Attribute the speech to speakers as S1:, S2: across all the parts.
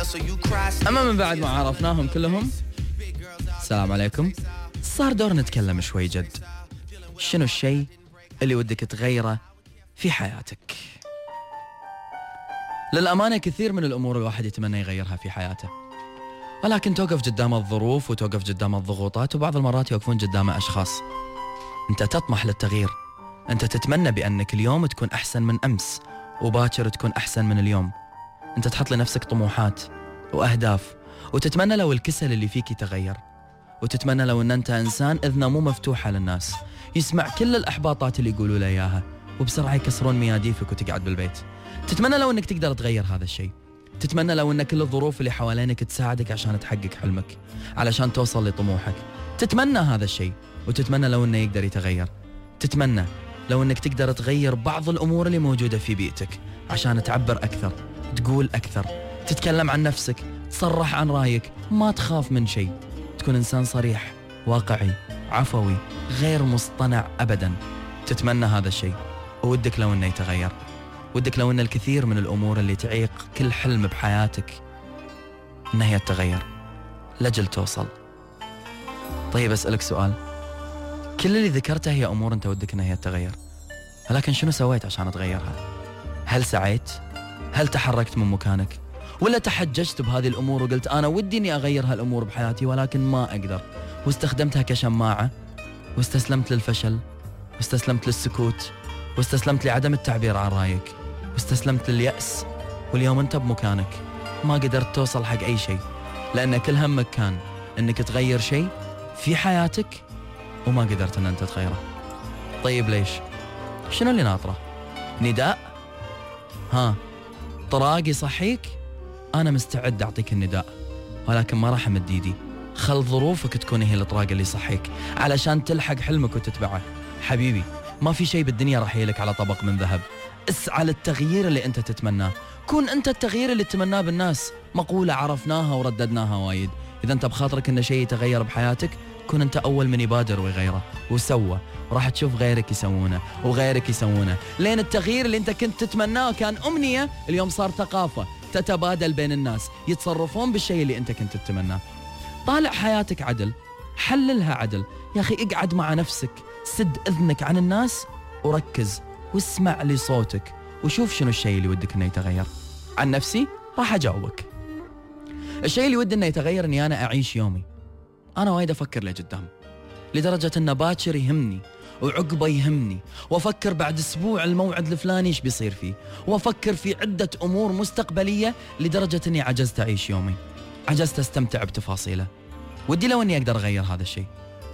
S1: أما من بعد ما عرفناهم كلهم، السلام عليكم، صار دور نتكلم شوي جد. شنو الشيء اللي ودك تغيره في حياتك؟ للأمانة كثير من الأمور الواحد يتمنى يغيرها في حياته، ولكن توقف قدام الظروف وتوقف قدام الضغوطات، وبعض المرات يوقفون قدام أشخاص. أنت تطمح للتغيير، أنت تتمنى بأنك اليوم تكون أحسن من أمس، وباكر تكون أحسن من اليوم. أنت تحط لنفسك طموحات وأهداف، وتتمنى لو الكسل اللي فيك يتغير، وتتمنى لو أن أنت إنسان إذنه مو مفتوحة للناس، يسمع كل الإحباطات اللي يقولوا له إياها وبسرعة يكسرون مياديفك وتقعد بالبيت. تتمنى لو أنك تقدر تغير هذا الشيء، تتمنى لو أن كل الظروف اللي حوالينك تساعدك عشان تحقق حلمك، علشان توصل لطموحك. تتمنى هذا الشيء، وتتمنى لو أنه يقدر يتغير. تتمنى لو أنك تقدر تغير بعض الأمور اللي موجودة في بيئتك عشان تعبر أكثر، تقول أكثر، تتكلم عن نفسك، تصرح عن رأيك، ما تخاف من شيء، تكون إنسان صريح، واقعي، عفوي، غير مصطنع أبدا. تتمنى هذا الشيء، وودك لو أنه يتغير. ودك لو أن الكثير من الأمور اللي تعيق كل حلم بحياتك أنها هي تتغير لجل توصل. طيب أسألك سؤال، كل اللي ذكرته هي أمور أنت ودك أنها هي تتغير، ولكن شنو سويت عشان تغيرها؟ هل سعيت؟ هل تحركت من مكانك؟ ولا تحججت بهذه الأمور وقلت أنا ودي أني أغير هالأمور بحياتي ولكن ما أقدر، واستخدمتها كشماعة، واستسلمت للفشل، واستسلمت للسكوت، واستسلمت لعدم التعبير عن رأيك، واستسلمت لليأس، واليوم أنت بمكانك ما قدرت توصل حق أي شيء، لأن كل همك كان أنك تغير شيء في حياتك وما قدرت أن أنت تغيره. طيب ليش؟ شنو اللي ناطره؟ نداء؟ طراق يصحيك؟ أنا مستعد أعطيك النداء، ولكن ما راح أمد إيدي. خل ظروفك تكون هي الطراق اللي يصحيك علشان تلحق حلمك وتتبعه. حبيبي، ما في شيء بالدنيا راح يلك على طبق من ذهب. اسعى للتغيير اللي أنت تتمناه، كون أنت التغيير اللي تتمناه بالناس. مقولة عرفناها ورددناها وايد، إذا أنت بخاطرك أن شيء يتغير بحياتك، كون أنت أول من يبادر ويغيره وسوى، وراح تشوف غيرك يسوونه وغيرك يسوونه، لين التغيير اللي أنت كنت تتمناه كان أمنية اليوم صار ثقافة تتبادل بين الناس، يتصرفون بالشيء اللي أنت كنت تتمناه. طالع حياتك عدل، حللها عدل يا أخي. اقعد مع نفسك، سد إذنك عن الناس وركز واسمع لصوتك، وشوف شنو الشيء اللي ودك أنه يتغير. عن نفسي راح أجاوبك. الشيء اللي ودي أنه يتغير أني أنا أعيش يومي. أنا وايد أفكر لقدام، لدرجة أن باكر يهمني وعقبه يهمني، وأفكر بعد أسبوع الموعد الفلاني إيش بيصير فيه، وأفكر في عدة أمور مستقبلية لدرجة أني عجزت أعيش يومي، عجزت أستمتع بتفاصيله. ودي لو أني أقدر أغير هذا الشيء،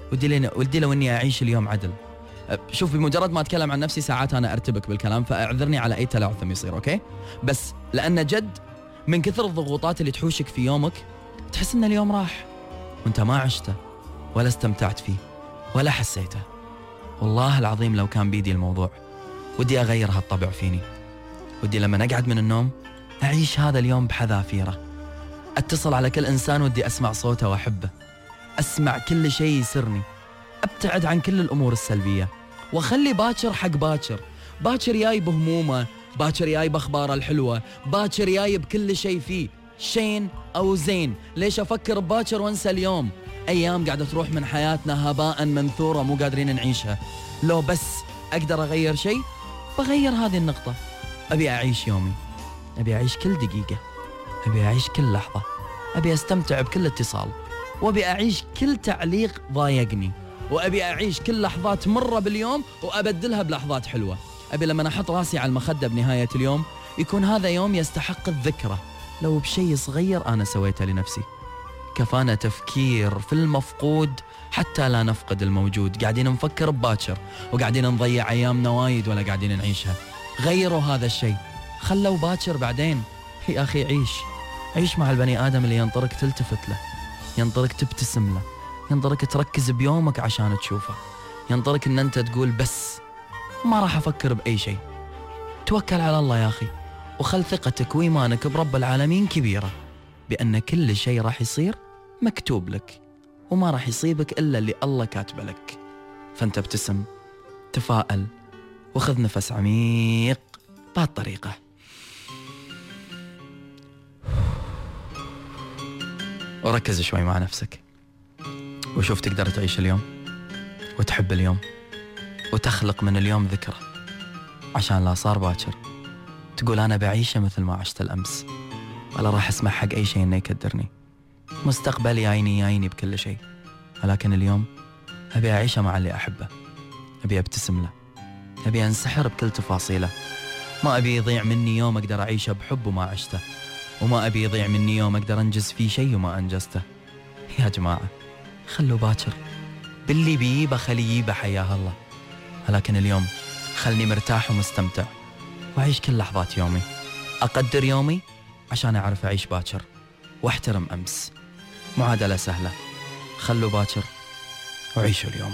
S1: ودي لو أني أعيش اليوم عدل. شوف، بمجرد ما أتكلم عن نفسي ساعات أنا أرتبك بالكلام، فأعذرني على أي تلعثم يصير، أوكي؟ بس لأن جد من كثر الضغوطات اللي تحوشك في يومك تحس أن اليوم راح وأنت ما عشته ولا استمتعت فيه ولا حسيته. والله العظيم لو كان بيدي الموضوع ودي أغير هالطبع فيني. ودي لما أقعد من النوم أعيش هذا اليوم بحذافيره، أتصل على كل إنسان ودي أسمع صوته وأحبه، أسمع كل شيء يسرني، أبتعد عن كل الأمور السلبية، وأخلي باكر حق باكر. باكر جاي بهمومه، باكر جاي بأخباره الحلوة، باكر جاي بكل شيء فيه شين أو زين. ليش أفكر بباكر وانسى اليوم؟ أيام قاعدة تروح من حياتنا هباء منثورة مو قادرين نعيشها. لو بس أقدر أغير شيء بغير هذه النقطة. أبي أعيش يومي، أبي أعيش كل دقيقة، أبي أعيش كل لحظة، أبي أستمتع بكل اتصال، وأبي أعيش كل تعليق ضايقني، وأبي أعيش كل لحظات مرة باليوم وأبدلها بلحظات حلوة. أبي لما أحط راسي على المخدة بنهاية اليوم يكون هذا يوم يستحق الذكرى، لو بشيء صغير أنا سويته لنفسي. كفانا تفكير في المفقود حتى لا نفقد الموجود. قاعدين نفكر بباكر وقاعدين نضيع أيامنا وايد ولا قاعدين نعيشها. غيروا هذا الشيء، خلوا باكر بعدين. يا أخي عيش مع البني آدم اللي ينطرك تلتفت له، ينطرك تبتسم له، ينطرك تركز بيومك عشان تشوفه، ينطرك ان انت تقول بس ما راح افكر باي شيء. توكل على الله يا اخي، وخل ثقتك وايمانك برب العالمين كبيرة بان كل شيء راح يصير مكتوب لك، وما راح يصيبك الا اللي الله كاتبه لك. فانت ابتسم، تفائل، وخذ نفس عميق بهالطريقة. وركز شوي مع نفسك وشوف تقدر تعيش اليوم وتحب اليوم وتخلق من اليوم ذكرى، عشان لا صار باكر تقول أنا بعيشه مثل ما عشت الأمس، ولا راح أسمح حق أي شيء إنه يكدرني. مستقبلي يعيني بكل شيء، ولكن اليوم أبي أعيشه مع اللي أحبه، أبي أبتسم له، أبي أنسحر بكل تفاصيله. ما أبي يضيع مني يوم أقدر أعيشه بحب وما عشته، وما أبي يضيع مني يوم أقدر أنجز فيه شيء وما أنجزته. يا جماعة خلوا باكر باللي بيجيبه خليه حياه الله، ولكن اليوم خلني مرتاح ومستمتع وأعيش كل لحظات يومي، أقدر يومي عشان أعرف أعيش باكر واحترم أمس. معادلة سهلة، خلوا باكر وعيشوا اليوم.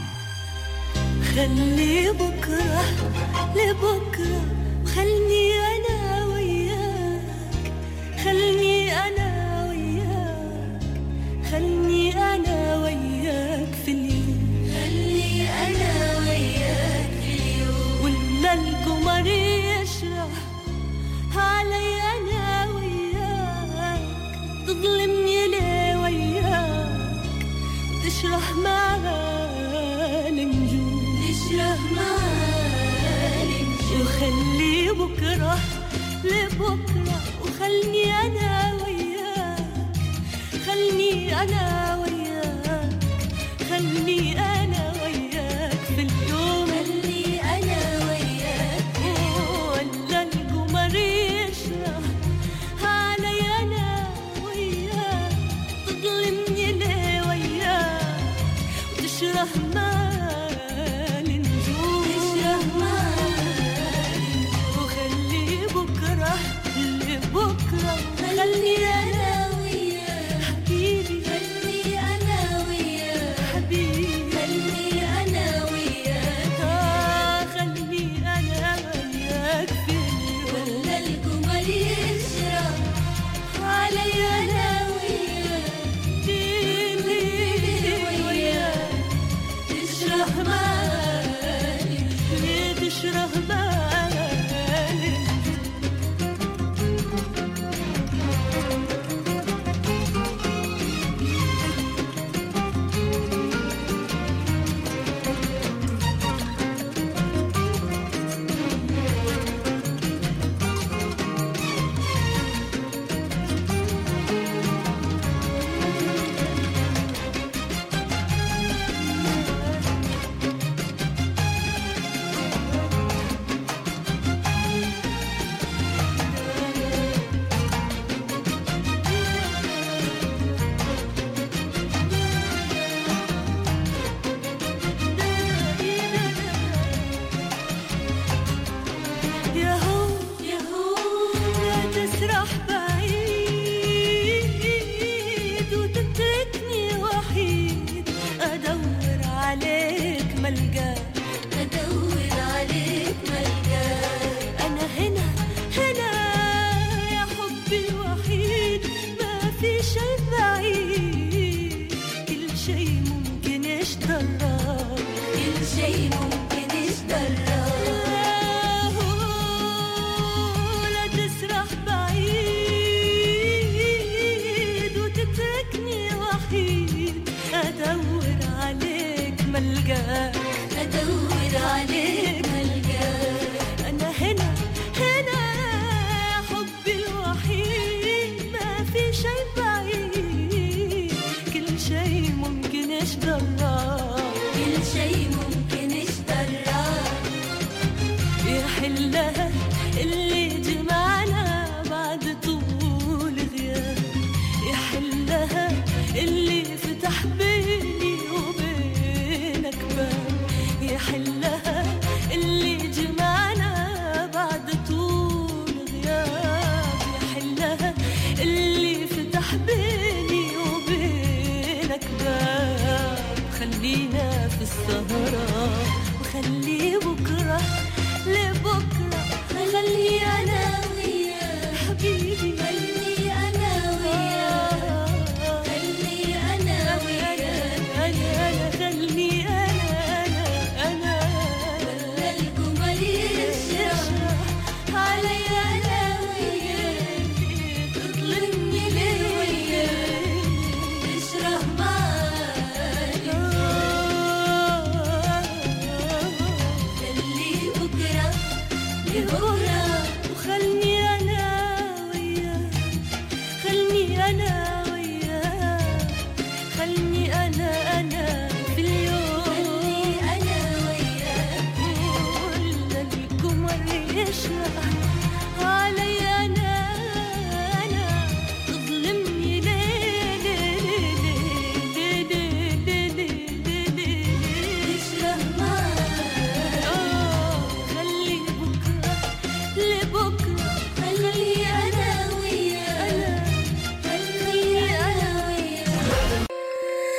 S2: خلي بكرة لبكرة، خلني أنا وياك، خلني أنا وياك، خلني أنا وياك في اليوم، خلي أنا وياك في اليوم. ولا القمر يشرح علي أنا وياك، تظلمني ليه وياك، تشرح معانا نجوم، تشرح معانا نجوم. وخلي بكرة لبكرة، وخلني أنا وياك، خلني أنا وياك، خلني أنا وياك في اليوم، خلي أنا وياك. ولا القمر يشرح علي أنا وياك، تظلمني ليه وياك، وتشرح معاني نجوم، تشرح معاني نجوم. وخلي بكرة لبكرة، خلي أنا وياك حبيبي، خلي أنا وياك حبيبي، خلي أنا وياك، خلي أنا وياك في اليوم. ولا القمر يشرق علي أنا وياك، وياك تشرح معاني، تشرح معاني. خلينا في السهرة، وخلي بكرة لبكرة، خلي